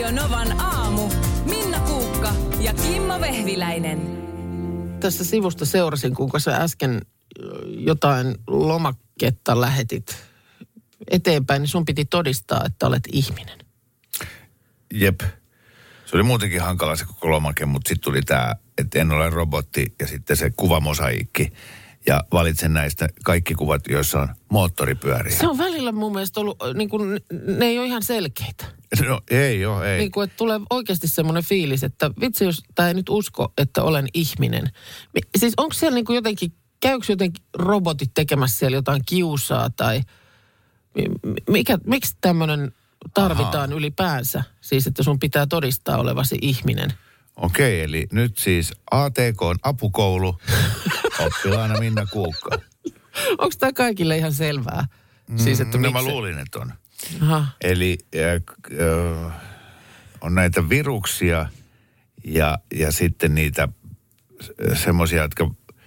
Radio Novan aamu. Minna Kuukka ja Kimmo Vehviläinen. Tässä sivusta seurasin, kuinka sä äsken jotain lomaketta lähetit eteenpäin, niin sun piti todistaa, että olet ihminen. Jep. Se oli muutenkin hankala se koko lomake, mutta sitten tuli tämä, että en ole robotti ja sitten se kuvamosaikki. Ja valitsen näistä kaikki kuvat, joissa on moottoripyöriä. Se on välillä mun mielestä ollut, niin kuin, ne ei ole ihan selkeitä. No ei ole, ei. Niin kuin, että tulee oikeasti semmoinen fiilis, että vitsi, jos tämä ei nyt usko, että olen ihminen. Siis onko siellä niin kuin jotenkin, käykö jotenkin robotit tekemässä siellä jotain kiusaa tai miksi tämmöinen tarvitaan ylipäänsä? Siis, että sun pitää todistaa olevasi ihminen. Okei, eli nyt siis ATK:n apukoulu, oppilaana Minna Kuukka. Onko tämä kaikille ihan selvää? Siis, että no mä luulin, että on. Aha. Eli on näitä viruksia ja sitten niitä semmoisia, jotka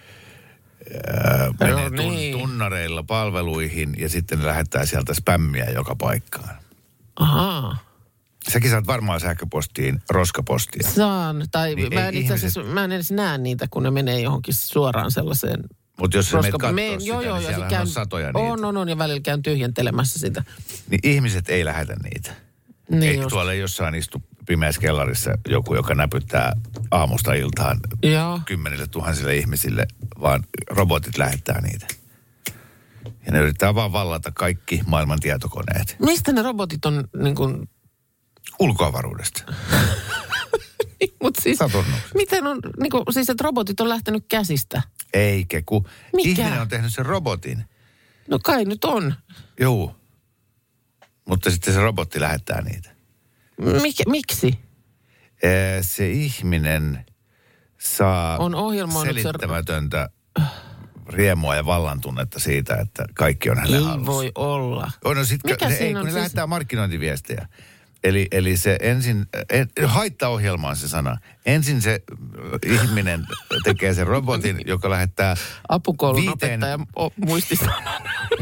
menee tunnareilla palveluihin ja sitten ne lähettää sieltä spämmiä joka paikkaan. Ahaa. Säkin saat varmaan sähköpostiin roskapostia. Saan, tai niin mä en edes näe niitä, kun ne menee johonkin suoraan sellaiseen. Mutta jos sä menet kattoo sitä, joo, niin siellähän on satoja niitä. On, ja välillä käyn tyhjentelemässä sitä. Niin ihmiset ei lähetä niitä. Niin eikö tuolla jossain istu pimeässä kellarissa joku, joka näpyttää aamusta iltaan 10 000 ihmisille, vaan robotit lähettää niitä. Ja ne yrittää vaan vallata kaikki maailman tietokoneet. Mistä ne robotit on niin kuin ulkoavaruudesta. Mutta siis, miten on, niin kuin, siis että robotit on lähtenyt käsistä? Eikä, kun ihminen on tehnyt sen robotin. No kai nyt on. Joo. Mutta sitten se robotti lähettää niitä. Miksi? Se ihminen saa on selittämätöntä riemua ja vallantunnetta siitä, että kaikki on hänen hallussa. Ei voi olla. No sit, kun ne lähettää markkinointiviestejä. Eli se ensin, haittaohjelma on se sana. Ensin se ihminen tekee sen robotin, joka lähettää apukoulun opettaja muistisanan.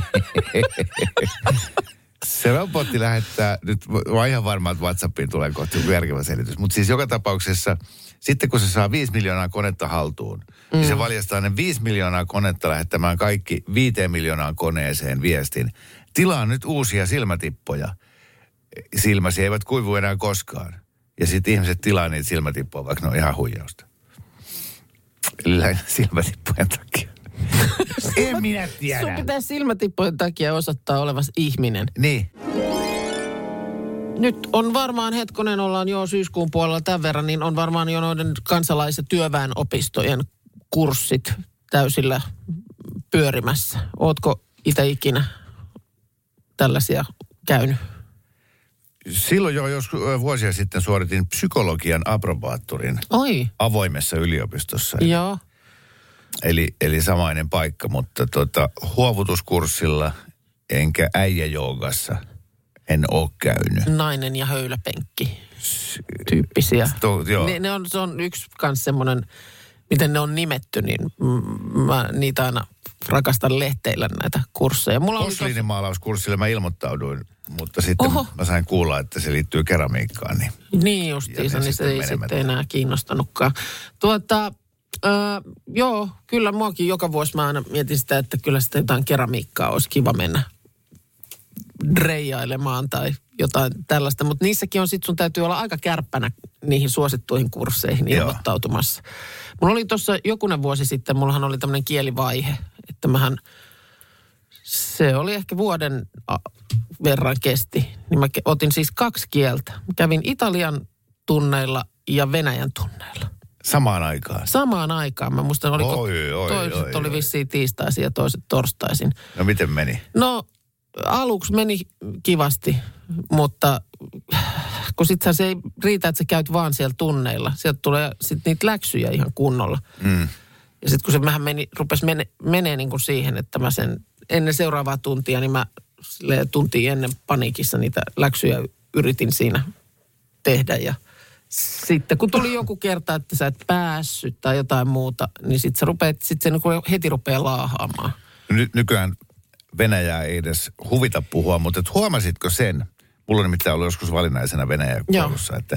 Se robotti lähettää, nyt mä ihan varma, että WhatsAppiin tulee kohta joku järkevä selitys. Mutta siis joka tapauksessa, sitten kun se saa 5 miljoonaa konetta haltuun, niin se valjastaa ne 5 miljoonaa konetta lähettämään kaikki 5 miljoonaan koneeseen viestin. Tilaa nyt uusia silmätippoja. Silmäsi eivät kuivu enää koskaan. Ja sitten ihmiset tilaa niitä silmätippoja, vaikka ne on ihan huijausta. Eli lähinnä silmätippojen takia. En minä tiedä. Sun pitää silmätippojen takia osoittaa olevas ihminen. Niin. Nyt on varmaan, hetkonen, ollaan jo syyskuun puolella tämän verran, niin on varmaan jo noiden kansalais- ja työväenopistojen kurssit täysillä pyörimässä. Ootko itse ikinä tällaisia käynyt? Silloin jo joskus vuosia sitten suoritin psykologian aprobaattorin avoimessa yliopistossa. Joo. Eli samainen paikka, mutta huovutuskurssilla enkä äijäjoogassa en ole käynyt. Nainen ja höyläpenkki tyyppisiä. Joo. Se on yksi kans semmoinen, miten ne on nimetty, niin mä niitä aina rakastan lehteillä näitä kursseja. Posliinimaalauskurssille mä ilmoittauduin, mutta sitten mä sain kuulla, että se liittyy keramiikkaan. Niin justiinsa, niin se ei sitten enää kiinnostanutkaan. Joo, kyllä muakin joka vuosi mä aina mietin sitä, että kyllä sitä jotain keramiikkaa olisi kiva mennä dreijailemaan tai jotain tällaista. Mutta niissäkin on sitten sun täytyy olla aika kärppänä niihin suosittuihin kursseihin ilmoittautumassa. Mulla oli tuossa jokunen vuosi sitten, mullahan oli tämmöinen kielivaihe, että se oli ehkä vuoden verran kesti. Niin mä otin siis 2 kieltä. Mä kävin Italian tunneilla ja Venäjän tunneilla. Samaan aikaan? Samaan aikaan. Mä muistan, toiset oli vissiin tiistaisin ja toiset torstaisin. No miten meni? No aluksi meni kivasti, mutta kun sittenhän se ei riitä, että sä käyt vaan siellä tunneilla. Sieltä tulee sitten niitä läksyjä ihan kunnolla. Ja sitten kun se rupesi menee niin kuin siihen, että mä sen ennen seuraavaa tuntia, niin mä tuntia ennen paniikissa niitä läksyjä yritin siinä tehdä ja sitten kun tuli joku kerta, että sä et päässyt tai jotain muuta, niin sitten se heti rupeaa laahaamaan. Nykyään Venäjää ei edes huvita puhua, mutta huomasitko sen? Mulla on nimittäin ollut joskus valinnaisena Venäjän koulussa, että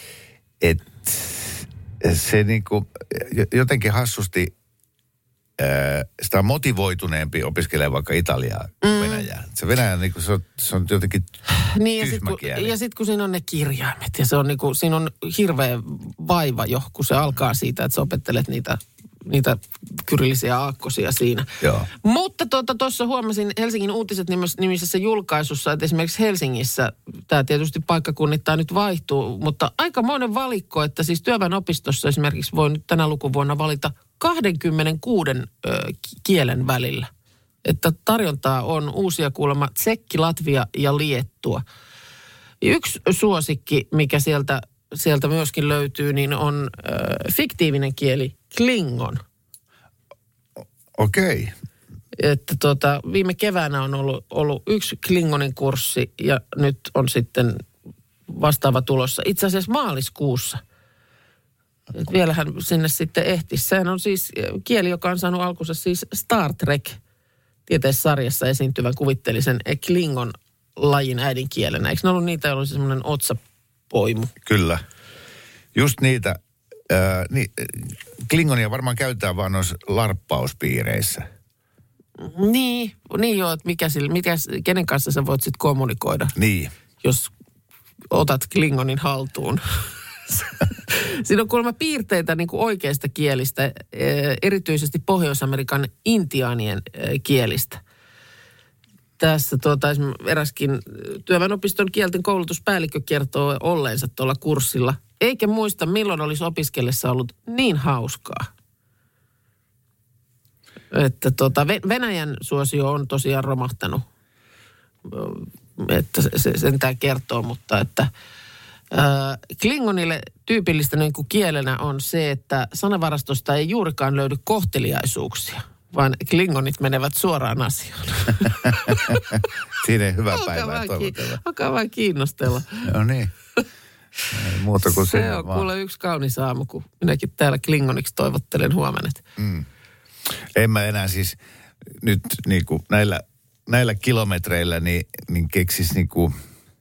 se niinku jotenkin hassusti sitä on motivoituneempi opiskelee vaikka Italiaa kuin Venäjää. Se Venäjä niinku, se on jotenkin tyhmä kieli. Ja sitten kun siinä on ne kirjaimet ja se on niinku, siinä on hirveä vaiva jo, kun se alkaa siitä, että sä opettelet niitä kyrillisiä aakkosia siinä. Joo. Mutta tuossa huomasin Helsingin uutiset nimisessä julkaisussa, että esimerkiksi Helsingissä, tämä tietysti paikkakunnittain nyt vaihtuu, mutta aikamoinen valikko, että siis työväenopistossa esimerkiksi voi nyt tänä lukuvuonna valita 26 kielen välillä. Että tarjontaa on uusia kuulemma tsekki, latvia ja liettua. Yksi suosikki, mikä sieltä myöskin löytyy, niin on fiktiivinen kieli klingon. Okei. Että viime keväänä on ollut yksi klingonin kurssi ja nyt on sitten vastaava tulossa. Itse asiassa maaliskuussa. Et vielähän sinne sitten ehtisi. Sehän on siis kieli, joka on saanut alkunsa siis Star Trek -tieteissarjassa esiintyvän kuvitteellisen klingon lajin äidinkielenä. Eikö ne ollut niitä, joilla oli semmoinen otsapoimu? Kyllä. Just niitä. Klingonia varmaan käytetään vaan noissa larppauspiireissä. Niin joo, että kenen kanssa sä voit sitten kommunikoida. Niin. Jos otat klingonin haltuun. Siinä on kuulemma piirteitä niin kuin oikeista kielistä, erityisesti Pohjois-Amerikan intiaanien kielistä. Tässä eräskin työväenopiston kielten koulutuspäällikkö kertoo olleensa tuolla kurssilla, eikä muista milloin olisi opiskellessa ollut niin hauskaa. Että Venäjän suosio on tosiaan romahtanut, että se sentään kertoo, mutta että klingonille tyypillistä niin kuin kielenä on se, että sanavarastosta ei juurikaan löydy kohteliaisuuksia, vaan klingonit menevät suoraan asiaan. Siinä ei hyvää päivää toivotella. Alkaa vaan kiinnostella. No niin. Muuta kuin se on kuule yksi kaunis aamu, kun minäkin täällä klingoniksi toivottelen huomenet. En mä enää siis nyt niinku näillä kilometreillä niin keksis niinku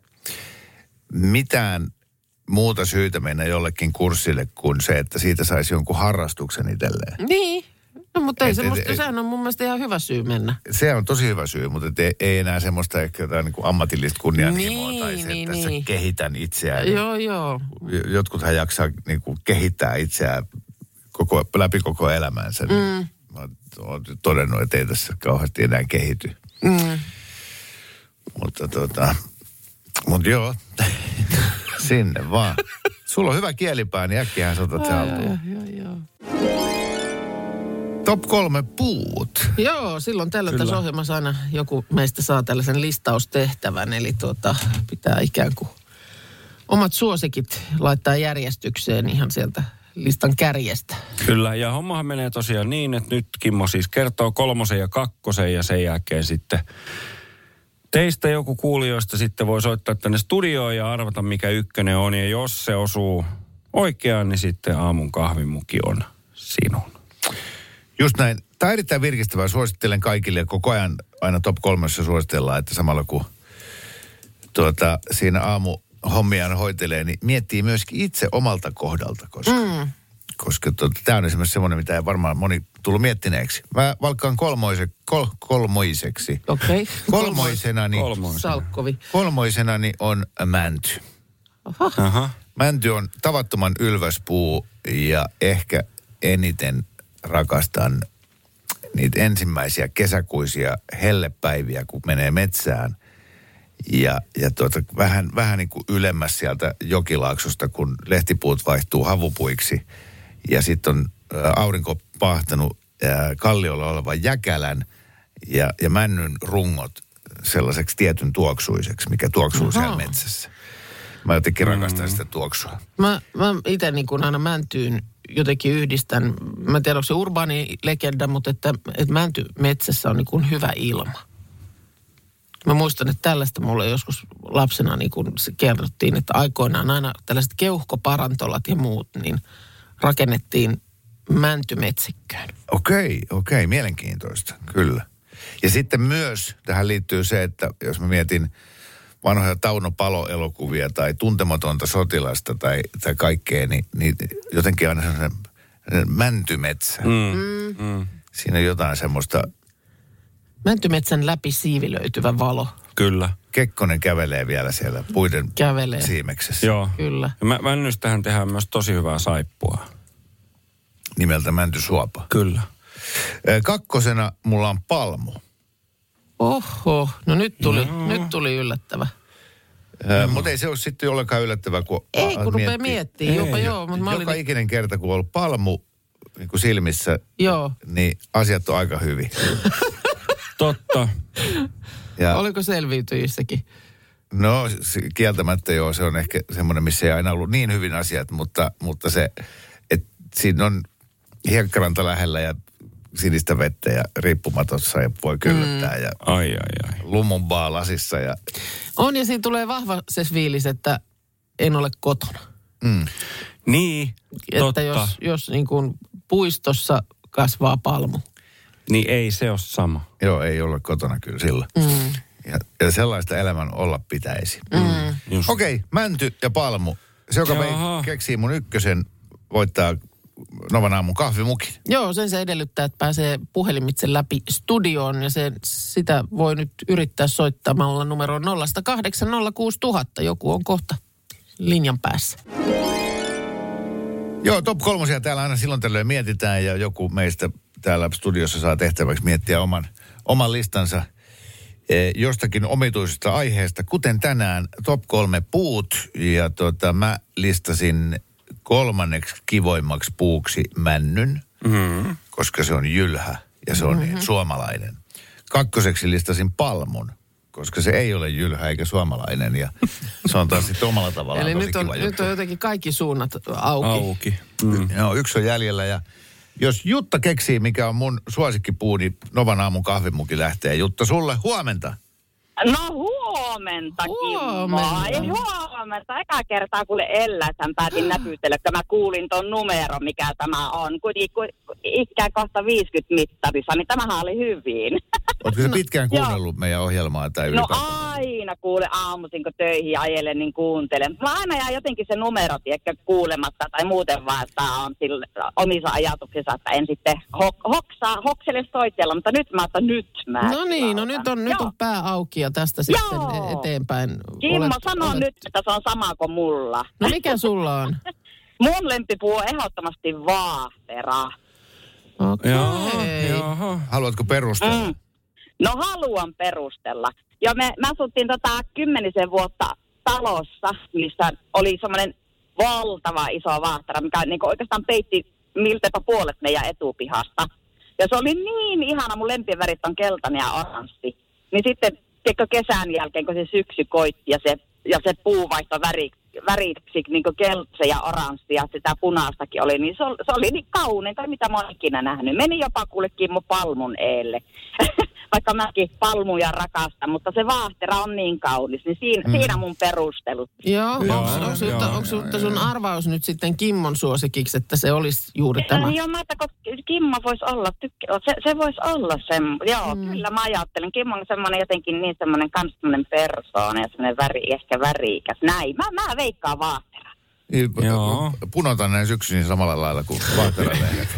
mitään muuta syytä mennä jollekin kurssille kuin se, että siitä saisi jonkun harrastuksen itselleen. Niin, no, mutta ei sehän on mun mielestä ihan hyvä syy mennä. Se on tosi hyvä syy, mutta ei enää semmoista ehkä jotain niin kuin ammatillista kunnianhimoa tai se, että tässä kehitän itseään. Joo. Jotkuthan jaksaa niin kuin kehittää itseään läpi koko elämänsä. Mä oon todennut, että ei tässä kauheasti enää kehity. Mutta joo, sinne vaan. Sulla on hyvä kielipää, niin äkkiähän sä otat se haltuun. Joo. Top 3 puut. Joo, silloin tällä tässä ohjelmassa aina joku meistä saa tällaisen listaustehtävän. Eli pitää ikään kuin omat suosikit laittaa järjestykseen ihan sieltä listan kärjestä. Kyllä, ja hommahan menee tosiaan niin, että nyt Kimmo siis kertoo 3 ja 2 ja sen jälkeen sitten teistä joku kuulijoista sitten voi soittaa tänne studioon ja arvata mikä 1 on. Ja jos se osuu oikeaan, niin sitten aamun kahvimuki on sinun. Just näin. Tämä on erittäin virkistävää. Suosittelen kaikille koko ajan aina top 3 suositellaan, että samalla kun siinä aamuhommiaan hoitelee, niin miettii myöskin itse omalta kohdalta, koska tämä on esimerkiksi semmoinen, mitä ei varmaan moni tullut miettineeksi. Mä valkkaan kolmoiseksi. Okei. Kolmoisenani on mänty. Aha. Mänty on tavattoman ylväs puu ja ehkä eniten rakastan niitä ensimmäisiä kesäkuisia hellepäiviä, kun menee metsään. Ja vähän niin kuin ylemmäs sieltä jokilaaksosta, kun lehtipuut vaihtuu havupuiksi. Ja sitten on aurinko pahtanut kalliolla olevan jäkälän ja männyn rungot sellaiseksi tietyn tuoksuiseksi, mikä tuoksuu siellä metsässä. Mä jotenkin rakastan sitä tuoksua. Mä itse niin kuin aina mäntyyn jotenkin yhdistän, mä en tiedä onko se urbaani legenda, mutta että mänty metsässä on niin kuin hyvä ilma. Mä muistan, että tällaista mulle joskus lapsena niin kuin kerrottiin, että aikoinaan aina tällaiset keuhkoparantolat ja muut, niin rakennettiin mäntymetsikköön. Okei, mielenkiintoista, kyllä. Ja sitten myös tähän liittyy se, että jos mä mietin vanhoja Tauno Palo-elokuvia tai Tuntematonta sotilasta tai kaikkea, niin jotenkin aina sellainen mäntymetsä. Siinä on jotain semmoista... Mäntymetsän läpi siivilöityvä valo. Kyllä. Kekkonen kävelee vielä siellä puiden siimeksessä. Joo. Kyllä. Männystähän tehdään myös tosi hyvää saippua. Nimeltä mäntysuopa. Kyllä. 2. mulla on palmu. Oho, no nyt tuli yllättävä. Mutta ei se ole sitten ollenkaan yllättävää, kun rupeaa miettimään. Jopa joo. Mutta joka ikinen kerta, kun on ollut palmu niin kuin silmissä, niin asiat on aika hyvin. Totta. Oliko selviytyjissäkin? No kieltämättä joo, se on ehkä semmoinen, missä ei aina ollut niin hyvin asiat, mutta se, että siinä on hiekkaranta lähellä ja sinistä vettä ja riippumatossa ja voi kyllättää ja lumumbaa lasissa. Ja... On ja siinä tulee vahva se fiilis, että en ole kotona. Niin, että totta. Jos niin kuin puistossa kasvaa palmu. Niin ei se ole sama. Joo, ei ole kotona kyllä sillä. Ja sellaista elämän olla pitäisi. Okei, mänty ja palmu. Se, joka keksii mun ykkösen, voittaa Novan aamun kahvimukin. Joo, se edellyttää, että pääsee puhelimitse läpi studioon ja sitä voi nyt yrittää soittamalla numeroon 0806000. Joku on kohta linjan päässä. Joo, top 3 täällä aina silloin tällöin mietitään ja joku meistä täällä studiossa saa tehtäväksi miettiä oman listansa jostakin omituisesta aiheesta, kuten tänään top 3 puut ja mä listasin 3. kivoimmaksi puuksi männyn, koska se on jylhä ja se on niin suomalainen. 2. listasin palmun, koska se ei ole jylhä eikä suomalainen ja se on taas sitten omalla tavallaan eli tosi nyt kiva nyt on jotenkin kaikki suunnat auki. Joo, 1 on jäljellä ja jos Jutta keksii, mikä on mun suosikkipuu, niin Novan aamun kahvimuki lähtee. Jutta, sulle huomenta. No huomenta, Kimmo. Ei huomenta. Eka kertaa kuule elläsän päätin näpytellä, että mä kuulin ton numeron, mikä tämä on. Kuitenkin ikään kohta 50 mittarissa, niin tämähän oli hyvin. Oletko se pitkään kuunnellut meidän ohjelmaa tai ylipäätään? No aina kuule aamuisin, kun töihin ajelen, niin kuuntelen. Mä aina jää jotenkin se numero, tiedätkö, kuulematta tai muuten vaan, että on omissa ajatuksissa, että en sitten hoksele soitella, mutta nyt mä otan No niin, no nyt on pää auki ja tästä sitten eteenpäin. Kimmo, sano nyt, että se on sama kuin mulla. No mikä sulla on? Mun lempipuu on ehdottomasti vaahtera. Okei. Haluatko perustella? No haluan perustella. Ja me asuttiin 10 vuotta talossa, missä oli semmoinen valtava iso vaahtera, mikä niin oikeastaan peitti milteipä puolet meidän etupihasta. Ja se oli niin ihana, mun lempivärit on keltainen ja oranssi. Niin sitten kesän jälkeen, kun se syksy koitti ja se puu vaihtoi väriksi niin kuin keltaisen ja oranssi ja sitä punaistakin oli, niin se oli niin kauneinta, mitä mä oon ikinä nähnyt. Meni jopa kuule Kimmo palmun eelle. Vaikka mäkin palmuja rakastan, mutta se vaahtera on niin kaunis, niin siinä mun perustelut. Joo, onko sun arvaus nyt sitten Kimmon suosikiksi, että se olisi juuri tämä? Joo, mä ajattelin, Kimmo voisi olla, se voisi olla semmoinen, kyllä mä ajattelen. Kimmo on semmoinen jotenkin niin semmoinen kans semmoinen persoona ja semmoinen ehkä värikäs, näin. Mä veikkaan vaahtera. Punotan näin syksyn samalla lailla kuin vaahteralehdet.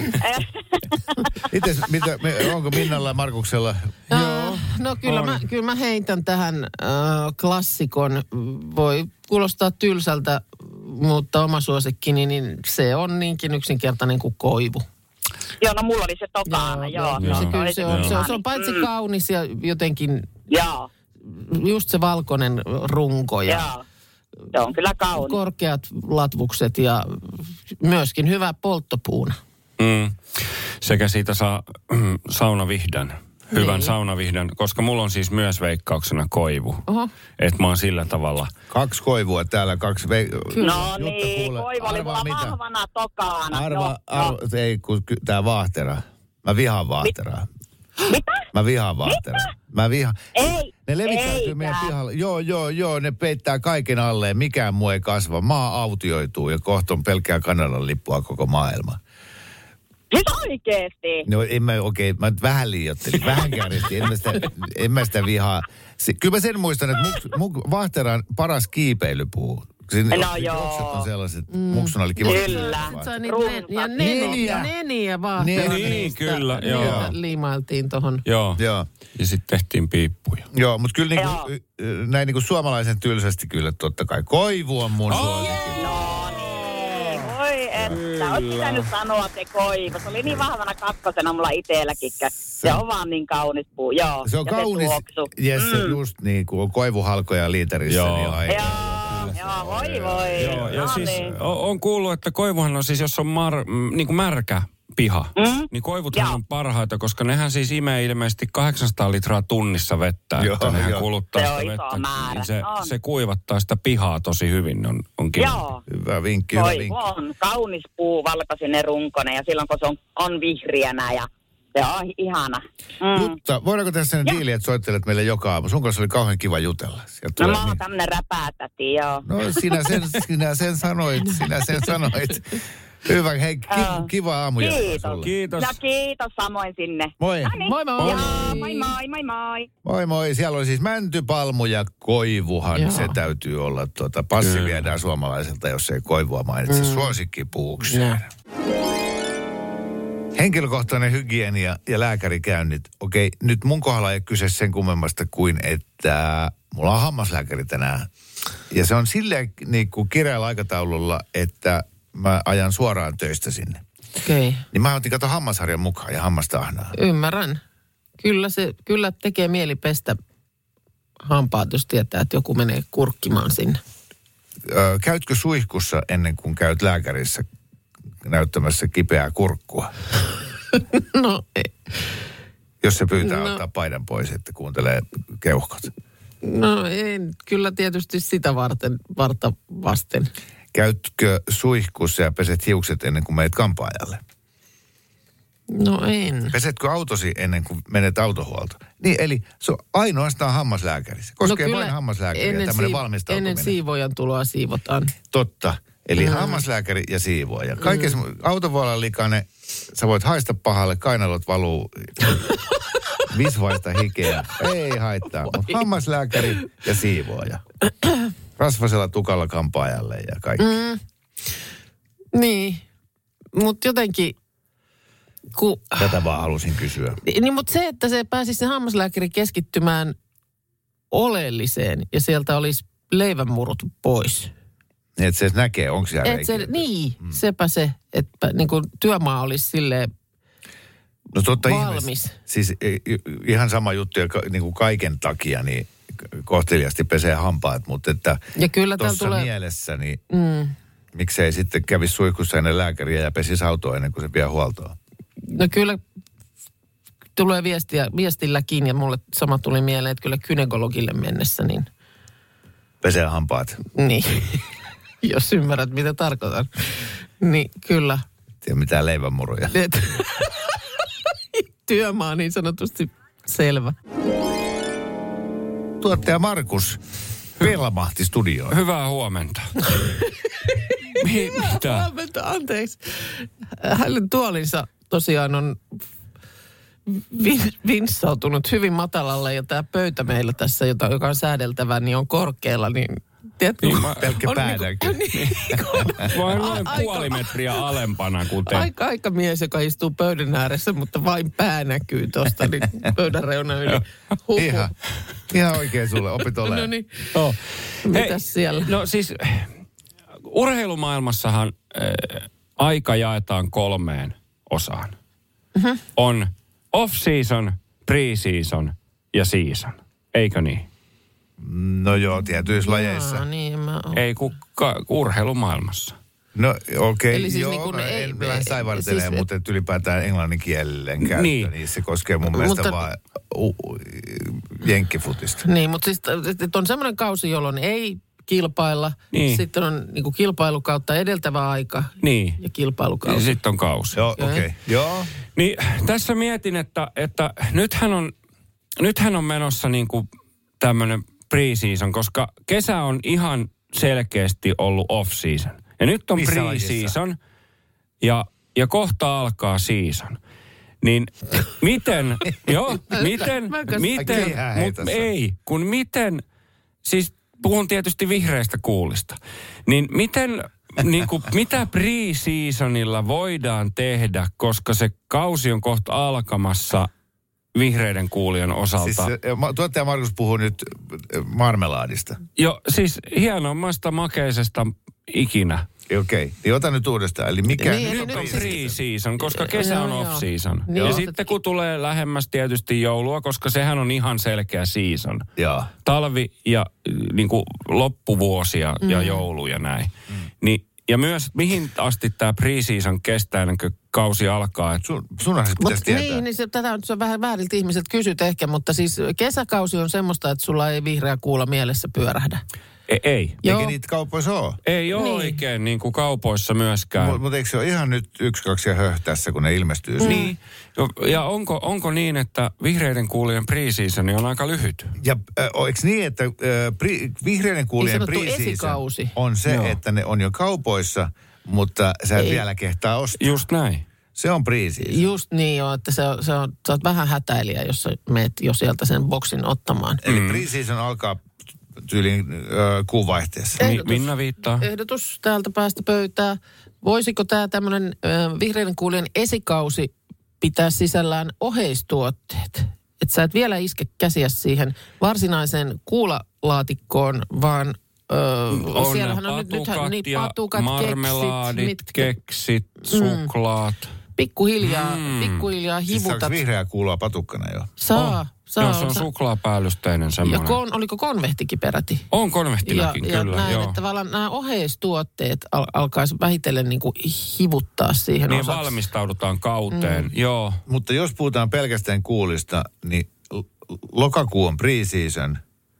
Itse, onko Minnalla ja Markuksella? No kyllä mä heitän tähän klassikon. Voi kuulostaa tylsältä, mutta oma suosikkini, niin se on niinkin yksinkertainen kuin koivu. Joo, no mulla oli se tokana, Se on paitsi kaunis ja jotenkin just se valkoinen runko ja se on kyllä kaunis. Korkeat latvukset ja myöskin hyvä polttopuuna. Sekä siitä saa saunavihdan. Hyvän saunavihdan, koska mulla on siis myös veikkauksena koivu. Että mä oon sillä tavalla. 2 koivua täällä, 2 No niin, koivu oli mulla vahvana tokana. Ei, kun tää vaahtera. Mä vihaan vaahteraa. Mitä? Mä vihaan vaahteraa. Ei. Ne levittäytyy meidän pihalla. Joo, ne peittää kaiken alleen. Mikään muu ei kasva. Maa autioituu ja kohta on pelkkää Kanadan lippua koko maailma. Siis oikeesti? No mä nyt vähän liioittelin, vähän kääristin, en mä sitä vihaa. Kyllä mä sen muistan, että Vahteran paras kiipeilypuu. No joo. On sellaiset, Muksun oli kiva. Kyllä. Ja neniä Vahteran. Niin, kyllä, joo. Niitä liimailtiin tohon. Joo. Ja sitten tehtiin piippuja. Joo, mutta kyllä näin niinku suomalaisen tylsästi kyllä totta kai. Koivu on mun suosikki. No niin, voi että. Oot pitänyt sanoa te koivu. Se oli niin vahvana kakkosena mulla itselläkin. Se on vaan niin kaunis puu, joo. Se on ja kaunis, Jesse, just niin kuin on koivuhalkoja liiterissä. Joo. Niin Joo, voi. Joo, ja no siis niin. on kuullut, että koivuhan on siis, jos on niin kuin märkä piha, niin koivuthan on parhaita, koska nehän siis imee ilmeisesti 800 litraa tunnissa vettä, että nehän kuluttaa sitä vettä. Määrä. Niin se kuivattaa sitä pihaa tosi hyvin, on kiva. Joo. Hyvä vinkki, Koivu on kaunis puu, valkoisinen runkonen ja silloin kun se on vihreänä ja se on ihana. Mutta voidaanko tässä sellainen diili, että soittelet meille joka aamu? Sun kanssa oli kauhean kiva jutella. No mä oon tämmönen räpäätäti, joo. No sinä sen sanoit. Hyvä, hei, kiva aamu. Kiitos. Ja kiitos samoin sinne. Moi. Noniin. Moi moi. Joo, moi. Moi. Siellä oli siis mäntypalmu ja koivuhan. Joo. Se täytyy olla. Passi viedään suomalaiselta, jos ei koivua mainitse suosikkipuukseen. Henkilökohtainen hygienia ja lääkärikäynnit. Okei, nyt mun kohdalla ei kyse sen kummemmasta kuin, että mulla on hammaslääkäri tänään. Ja se on silleen niin kuin kireällä aikataululla, että mä ajan suoraan töistä sinne. Okei. Niin mä otin hammasharjan mukaan ja hammastahnaa. Ymmärrän. Kyllä tekee mieli pestä hampaat, jos tietää, että joku menee kurkkimaan sinne. Käytkö suihkussa ennen kuin käyt lääkärissä näyttämässä kipeää kurkkua? No ei. Jos se pyytää ottaa paidan pois, että kuuntelee keuhkot. No en, kyllä tietysti sitä varta vasten. Käytkö suihkussa ja peset hiukset ennen kuin menet kampaajalle? No en. Pesetkö autosi ennen kuin menet autohuoltoon? Niin, eli se on ainoastaan hammaslääkäri. Se koskee vain hammaslääkäriä, tämmöinen valmistautuminen. Ennen siivojan tuloa siivotaan. Totta. Eli hammaslääkäri ja siivoaja. Kaikessa auto voi olla likainen, sä voit haista pahalle, kainalot valuu, visvaista hikeä. Ei haittaa, mutta hammaslääkäri ja siivoaja. Rasvasella tukalla kampaajalle ja kaikki. Niin, mutta jotenkin... Tätä vaan halusin kysyä. Niin, mutta se, että se pääsisi se hammaslääkäri keskittymään oleelliseen ja sieltä olisi leivänmurut pois. Että se näkee, onko siellä reikiä. Sepä se, että niin kuin työmaa olisi silleen valmis. Siis ihan sama juttu ja niin kuin kaiken takia niin kohteliasti pesee hampaat, mutta että tuossa mielessä niin miksei sitten kävisi suihkussa ennen lääkäriä ja pesisi autoa ennen kuin se vie huoltoon. No kyllä tulee viestilläkin ja mulle sama tuli mieleen, että kyllä gynekologille mennessä niin... Pesee hampaat. Niin, jos ymmärrät mitä tarkoitan. Niin kyllä. Tiedä mitään leivänmuruja. Työmaa niin sanotusti selvä. Tuottaja Markus pelmahti studioon. Hyvää huomenta. Mitä? Huomenta, anteeksi. Hänen tuolinsa tosiaan on vinssautunut hyvin matalalle ja tämä pöytä meillä tässä, joka on säädeltävä, niin on korkealla, niin tiedätkö? Pelkkä päänäkö. Vai noin puoli metriä alempana, kuten... Aika mies, joka istuu pöydän ääressä, mutta vain pää näkyy tuosta niin pöydän reunan yli. Ihan oikein sulle, opit olemaan. No niin. Mitäs siellä? No siis urheilumaailmassahan aika jaetaan 3 osaan. On off-season, pre-season ja season. Eikö niin? No joo, tietyissä lajeissa. Niin, ei urheilumaailmassa. No okei, eli siis joo, niin kuin en saivartelee, siis, mutta ylipäätään englannin kielen käyttö, niin se koskee mun mielestä vaan jenkkifutista. Niin, mutta siis on semmoinen kausi, jolloin ei kilpailla. Niin. Sitten on niin kuin kilpailukautta edeltävä aika ja kilpailukausi. Sitten on kausi. Joo, okei. Joo. Niin tässä mietin, että nythän on menossa niin kuin tämmöinen pre-season, koska kesä on ihan selkeästi ollut off-season. Ja nyt on pre-season ja ja kohta alkaa season. Niin miten, siis puhun tietysti vihreistä kuulista, niin miten, niin kuin, mitä pre-seasonilla voidaan tehdä, koska se kausi on kohta alkamassa vihreiden kuulijan osalta? Siis tuottaja Markus puhuu nyt marmelaadista. Joo, siis hienommasta makeisesta ikinä. Okei, niin ota nyt uudestaan. Eli mikä nyt on pre-season, koska kesä on off-season. Niin ja sitten kun tulee lähemmäs tietysti joulua, koska sehän on ihan selkeä season. Joo. Talvi ja niin kuin loppuvuosia ja jouluja näin. Niin, ja myös mihin asti tämä pre-season kestää ennen kuin kausi alkaa. Sunhan se pitäisi tietää. Niin tätä on vähän vääriltä ihmiset kysyt ehkä, mutta siis kesäkausi on semmoista, että sulla ei vihreä kuula mielessä pyörähdä. Ei. Eikä niitä kaupoissa ole. Ei ole oikein niin kuin kaupoissa myöskään. Mutta eikö se ole ihan nyt 1, 2 ja höhtässä, kun ne ilmestyy? Niin. Ja onko niin, että vihreiden kuulijan pre-seasoni on aika lyhyt? Ja eikö niin, että vihreiden kuulijan pre-season on se, että ne on jo kaupoissa, mutta sä et vielä kehtaa ostaa? Just näin. Se on pre-season. Just niin joo, että sä oot vähän hätäilijä, jos sä meet jo sieltä sen boksin ottamaan. Eli pre-season alkaa tyyliin kuun vaihteessa. Minna viittaa. Ehdotus täältä päästä pöytää. Voisiko tämä tämmöinen vihreiden kuulijan esikausi pitää sisällään oheistuotteet? Että sä et vielä iske käsiä siihen varsinaiseen kuulalaatikkoon, vaan on siellähän on patukat nyt ja patukat, marmelaadit, keksit, suklaat. Pikkuhiljaa Siis hivutat. saako vihreää kuulua patukkana jo? Saa. Joo, se on suklaapäällysteinen semmoinen. Ja oliko konvehtikin peräti? On konvehtinakin, ja kyllä. näin, joo. että tavallaan nämä oheistuotteet alkaisi vähitellen niin kuin hivuttaa siihen niin osaksi. valmistaudutaan kauteen, joo. Mutta jos puhutaan pelkästään kuulista, niin lokakuu on pre-season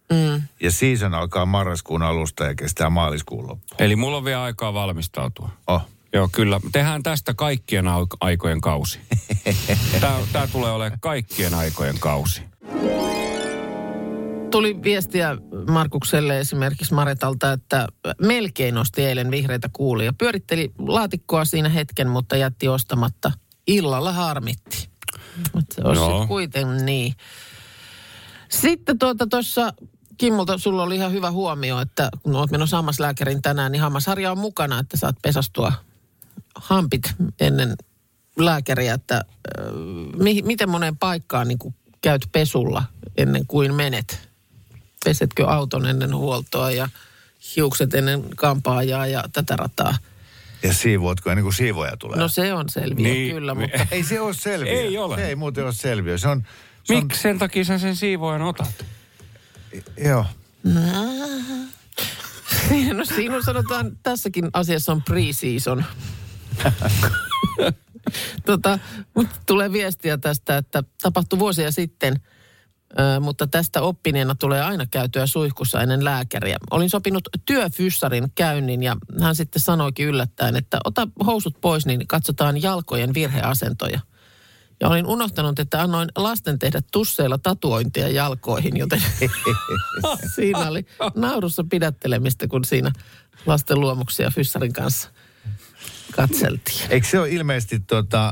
ja season alkaa marraskuun alusta ja kestää maaliskuun loppuun. Eli mulla on vielä aikaa valmistautua. Oh. Joo, kyllä. Tehdään tästä kaikkien aikojen kausi. Tää tulee olemaan kaikkien aikojen kausi. Tuli viestiä Markukselle esimerkiksi Maretalta, että melkein osti eilen vihreitä kuulia. Pyöritteli laatikkoa siinä hetken, mutta jätti ostamatta. Illalla harmitti. Se olisi kuitenkin niin. Sitten tuossa Kimmolta sulla oli ihan hyvä huomio, että kun olet menossa hammaslääkärin tänään, niin hammasharja on mukana, että saat pesastua hampit ennen lääkäriä, että miten moneen paikkaan niin kuin käyt pesulla ennen kuin menet? Pesetkö auton ennen huoltoa ja hiukset ennen kampaajaa ja tätä rataa? Ja siivoatko ennen kuin siivoja tulee? No se on selviö, niin, kyllä, mutta... Ei se ole selviö. Ei ole. Se ei muuten ole selviö. Miksi sen takia sä sen siivojan otat? Joo. No siinä sanotaan, tässäkin asiassa on pre-season. Mutta tulee viestiä tästä, että tapahtui vuosia sitten, mutta tästä oppineena tulee aina käytyä suihkussa ennen lääkäriä. Olin sopinut työfyssarin käynnin ja hän sitten sanoikin yllättäen, että ota housut pois, niin katsotaan jalkojen virheasentoja. Ja olin unohtanut, että annoin lasten tehdä tusseilla tatuointia jalkoihin, joten siinä oli naurussa pidättelemistä, kun siinä lasten luomuksia fyssarin kanssa katseltiin. Eikö se ole ilmeisesti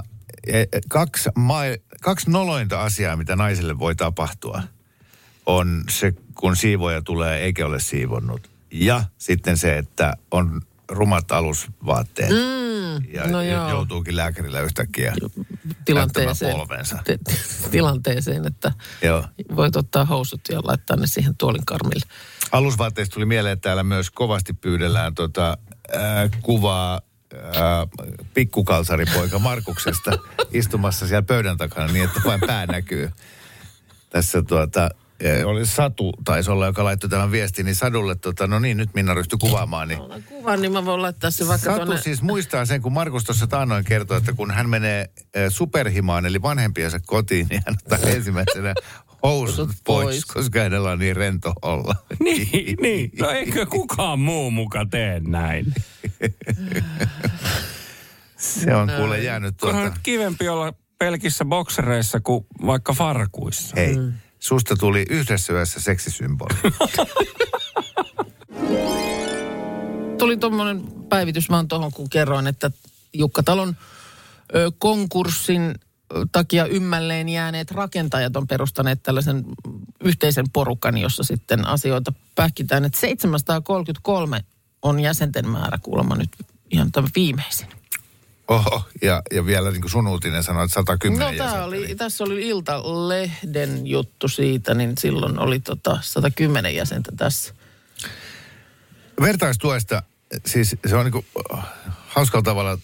kaksi nolointa asiaa, mitä naiselle voi tapahtua? On se, kun siivoja tulee eikä ole siivonnut. Ja sitten se, että on rumat alusvaatteet. Ja joutuukin lääkärillä yhtäkkiä tilanteeseen, että voit ottaa housut ja laittaa ne siihen tuolin karmille. Alusvaatteista tuli mieleen, että täällä myös kovasti pyydellään kuvaa pikkukalsaripoika Markuksesta istumassa siellä pöydän takana niin, että vain pää näkyy. Tässä oli Satu, taisi olla, joka laittoi tämän viestin, niin Sadulle, no niin, nyt Minna ryhtyi kuvaamaan. Niin kuvan, niin mä voin laittaa se vaikka Satu siis muistaa sen, kun Markus tuossa taannoin kertoi, että kun hän menee superhimaan, eli vanhempiensa kotiin, niin hän ottaa ensimmäisenä housut pois, koska hänellä on niin rento olla. Niin. No eikö kukaan muu muka tee näin? Se on kuule jäänyt Onhan kivempi olla pelkissä boksereissa kuin vaikka farkuissa. Hei. Susta tuli yhdessä yössä seksisymboli. Tuli tuommoinen päivitys vaan tuohon, kun kerroin, että Jukka Talon konkurssin takia ymmälleen jääneet rakentajat on perustaneet tällaisen yhteisen porukan, jossa sitten asioita pähkitään. Että 733 on jäsenten määrä kuulemma nyt ihan tämä viimeisin. Oho, ja vielä niin kuin sun uutinen sanoi, että 110 jäsentä. Tässä oli Iltalehden juttu siitä, niin silloin oli 110 jäsentä tässä. Vertaistuesta, siis se on niin kuin hauskalla tavalla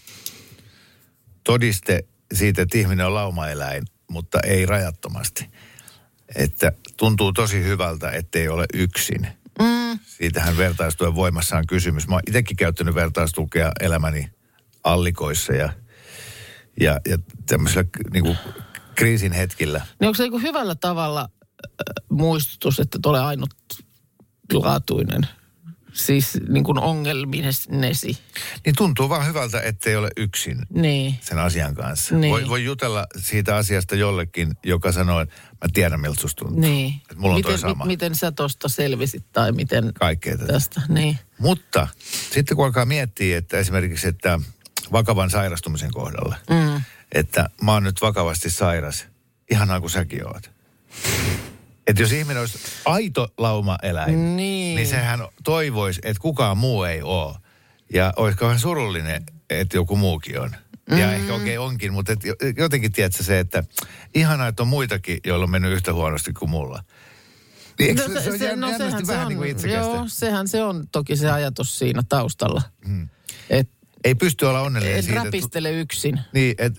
todiste siitä, että ihminen on laumaeläin, mutta ei rajattomasti. Että tuntuu tosi hyvältä, ettei ole yksin. Siitähän vertaistuen voimassa on kysymys. Mä oon itsekin käyttänyt vertaistukea elämäni allikoissa ja tämmöisellä niinku kriisin hetkillä. Niin onko se niinku hyvällä tavalla muistutus, että ole ainutlaatuinen? Siis niin kuin ongelminesi. Niin tuntuu vaan hyvältä, ettei ole yksin sen asian kanssa. Niin. Voi jutella siitä asiasta jollekin, joka sanoo, että mä tiedän miltä susta tuntuu. Niin. Että mulla on toi sama. Miten sä tosta selvisit tai miten kaikkea tästä. Niin. Mutta sitten kun alkaa miettiä, että esimerkiksi, että vakavan sairastumisen kohdalla, että mä oon nyt vakavasti sairas, ihanaa kuin säkin oot. Että jos ihminen olisi aito laumaeläin, niin sehän toivoisi, että kukaan muu ei ole. Ja olisi kauhean surullinen, että joku muukin on. Ja ehkä onkin, mutta jotenkin tiedätkö se, että ihanaa, että on muitakin, joilla on mennyt yhtä huonosti kuin mulla. Niin, se on jännästi vähän niin kuin itsekästä. Joo, sehän se on toki se ajatus siinä taustalla. Ei pysty olla onnellinen siitä. Et räpistele yksin. Niin, että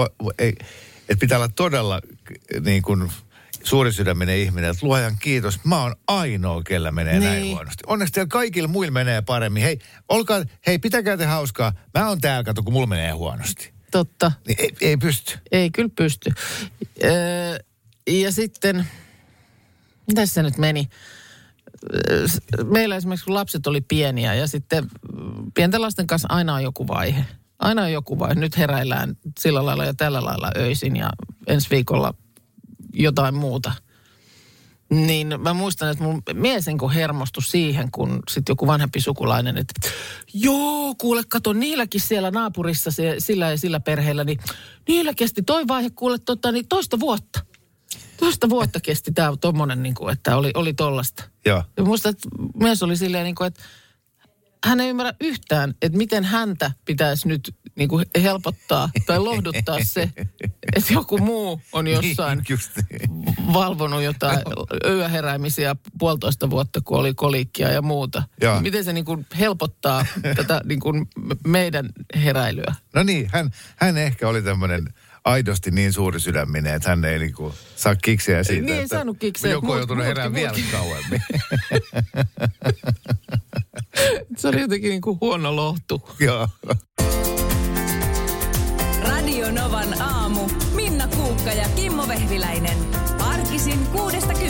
pitää olla todella niin kuin suurisydäminen ihminen, että luojan kiitos, mä oon ainoa, kellä menee näin huonosti. Onneksi teillä kaikilla muilla menee paremmin. Hei, pitäkää te hauskaa. Mä oon täällä, kato, kun mulla menee huonosti. Totta. Niin ei pysty. Ei kyllä pysty. Ja sitten, mitäs se nyt meni? Meillä esimerkiksi, kun lapset oli pieniä ja sitten pienten lasten kanssa aina on joku vaihe. Aina on joku vaihe. Nyt heräillään sillä lailla ja tällä lailla öisin ja ensi viikolla jotain muuta. Niin mä muistan, että mun mies niin hermostui siihen, kun sitten joku vanhempi sukulainen, että joo, kuule, kato, niilläkin siellä naapurissa sillä ja sillä perheellä, niin niillä kesti toi vaihe, kuule, niin 2 vuotta. 2 vuotta kesti tämä tommonen, niin kuin, että oli tollasta. Joo. Ja muistan, että mies oli silleen, niin kuin, että hän ei ymmärrä yhtään, että miten häntä pitäisi nyt niin kuin helpottaa tai lohduttaa se, että joku muu on jossain valvonut jotain yöheräämisiä 1,5 vuotta, kun oli koliikkia ja muuta. Joo. Miten se niin kuin helpottaa tätä niin kuin meidän heräilyä? No niin, hän ehkä oli tämmöinen aidosti niin suuri sydäminen, että hän ei niinku saa kiksiä siitä, niin, että saanut kiksiä, joku on joutunut herään vielä kauemmin. Se oli jotenkin niin kuin huono lohtu. Joo. Radio Novan aamu. Minna Kuukka ja Kimmo Vehviläinen. Arkisin 6-10.